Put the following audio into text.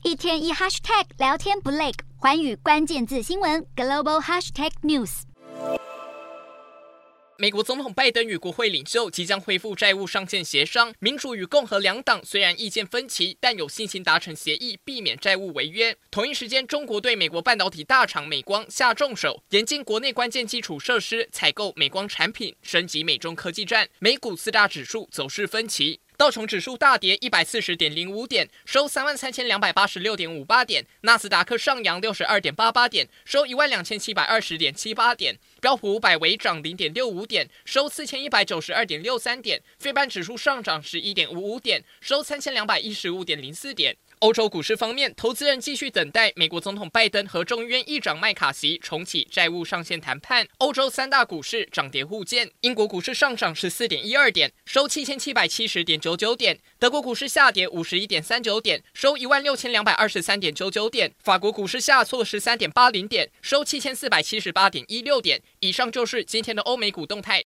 一天一 hashtag 聊天不累，寰宇关键字新闻 global hashtag news。 美国总统拜登与国会领袖即将恢复债务上限协商，民主与共和两党虽然意见分歧，但有信心达成协议，避免债务违约。同一时间，中国对美国半导体大厂美光下重手，严禁国内关键基础设施采购美光产品，升级美中科技战。美股四大指数走势分歧。道琼指数大跌140.05点，收33286.58点；纳斯达克上扬62.88点，收12720.78点；标普500微涨0.65点，收4192.63点；费半指数上涨11.55点，收3215.04点。欧洲股市方面，投资人继续等待美国总统拜登和众议院议长麦卡锡重启债务上限谈判。欧洲三大股市涨跌互见，英国股市上涨14.12点，收7770.99点；德国股市下跌51.39点，收16223.99点；法国股市下挫13.80点，收7478.16点。以上就是今天的欧美股动态。